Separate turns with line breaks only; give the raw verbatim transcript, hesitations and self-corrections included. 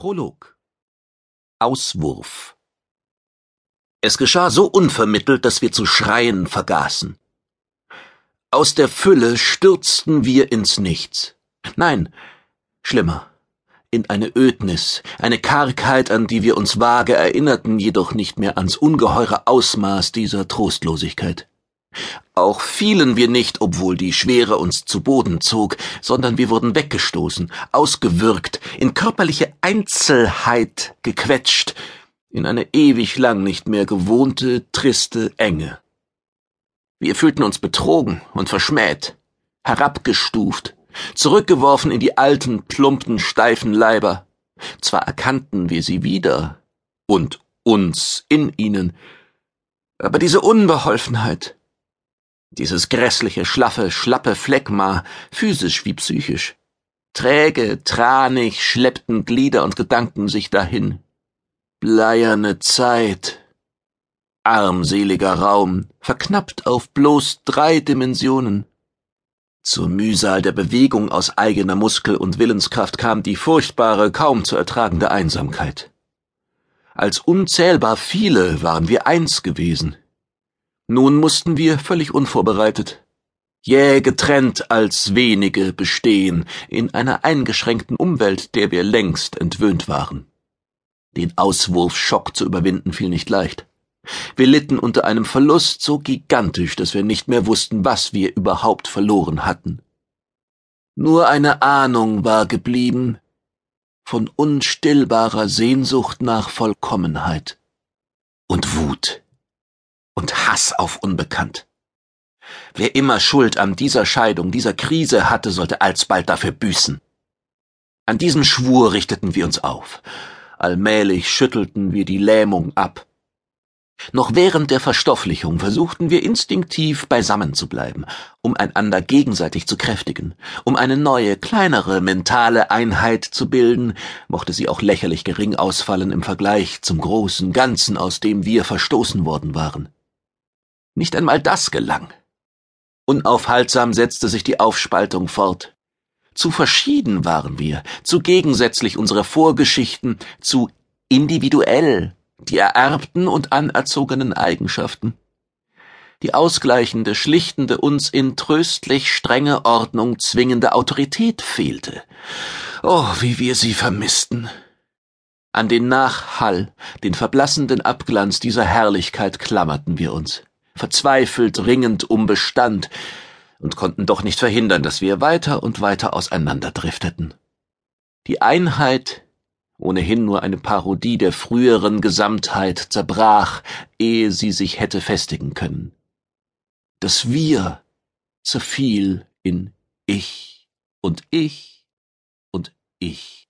Prolog. Auswurf. Es geschah so unvermittelt, dass wir zu schreien vergaßen. Aus der Fülle stürzten wir ins Nichts. Nein, schlimmer, in eine Ödnis, eine Kargheit, an die wir uns vage erinnerten, jedoch nicht mehr ans ungeheure Ausmaß dieser Trostlosigkeit. Auch fielen wir nicht, obwohl die Schwere uns zu Boden zog, sondern wir wurden weggestoßen, ausgewürgt, in körperliche Einzelheit gequetscht, in eine ewig lang nicht mehr gewohnte, triste Enge. Wir fühlten uns betrogen und verschmäht, herabgestuft, zurückgeworfen in die alten, plumpen, steifen Leiber. Zwar erkannten wir sie wieder und uns in ihnen, aber diese Unbeholfenheit, dieses grässliche, schlaffe, schlappe Phlegma, physisch wie psychisch. Träge, tranig schleppten Glieder und Gedanken sich dahin. Bleierne Zeit. Armseliger Raum, verknappt auf bloß drei Dimensionen. Zur Mühsal der Bewegung aus eigener Muskel- und Willenskraft kam die furchtbare, kaum zu ertragende Einsamkeit. Als unzählbar viele waren wir eins gewesen. Nun mussten wir völlig unvorbereitet, jäh getrennt als wenige bestehen, in einer eingeschränkten Umwelt, der wir längst entwöhnt waren. Den Auswurfschock zu überwinden fiel nicht leicht. Wir litten unter einem Verlust so gigantisch, dass wir nicht mehr wussten, was wir überhaupt verloren hatten. Nur eine Ahnung war geblieben von unstillbarer Sehnsucht nach Vollkommenheit und Wut. Und Hass auf Unbekannt. Wer immer Schuld an dieser Scheidung, dieser Krise hatte, sollte alsbald dafür büßen. An diesem Schwur richteten wir uns auf. Allmählich schüttelten wir die Lähmung ab. Noch während der Verstofflichung versuchten wir instinktiv beisammen zu bleiben, um einander gegenseitig zu kräftigen, um eine neue, kleinere mentale Einheit zu bilden, mochte sie auch lächerlich gering ausfallen im Vergleich zum großen Ganzen, aus dem wir verstoßen worden waren. Nicht einmal das gelang. Unaufhaltsam setzte sich die Aufspaltung fort. Zu verschieden waren wir, zu gegensätzlich unsere Vorgeschichten, zu individuell die ererbten und anerzogenen Eigenschaften. Die ausgleichende, schlichtende, uns in tröstlich strenge Ordnung zwingende Autorität fehlte. Oh, wie wir sie vermissten! An den Nachhall, den verblassenden Abglanz dieser Herrlichkeit klammerten wir uns, verzweifelt ringend um Bestand, und konnten doch nicht verhindern, dass wir weiter und weiter auseinanderdrifteten. Die Einheit, ohnehin nur eine Parodie der früheren Gesamtheit, zerbrach, ehe sie sich hätte festigen können. Das Wir zerfiel in Ich und Ich und Ich.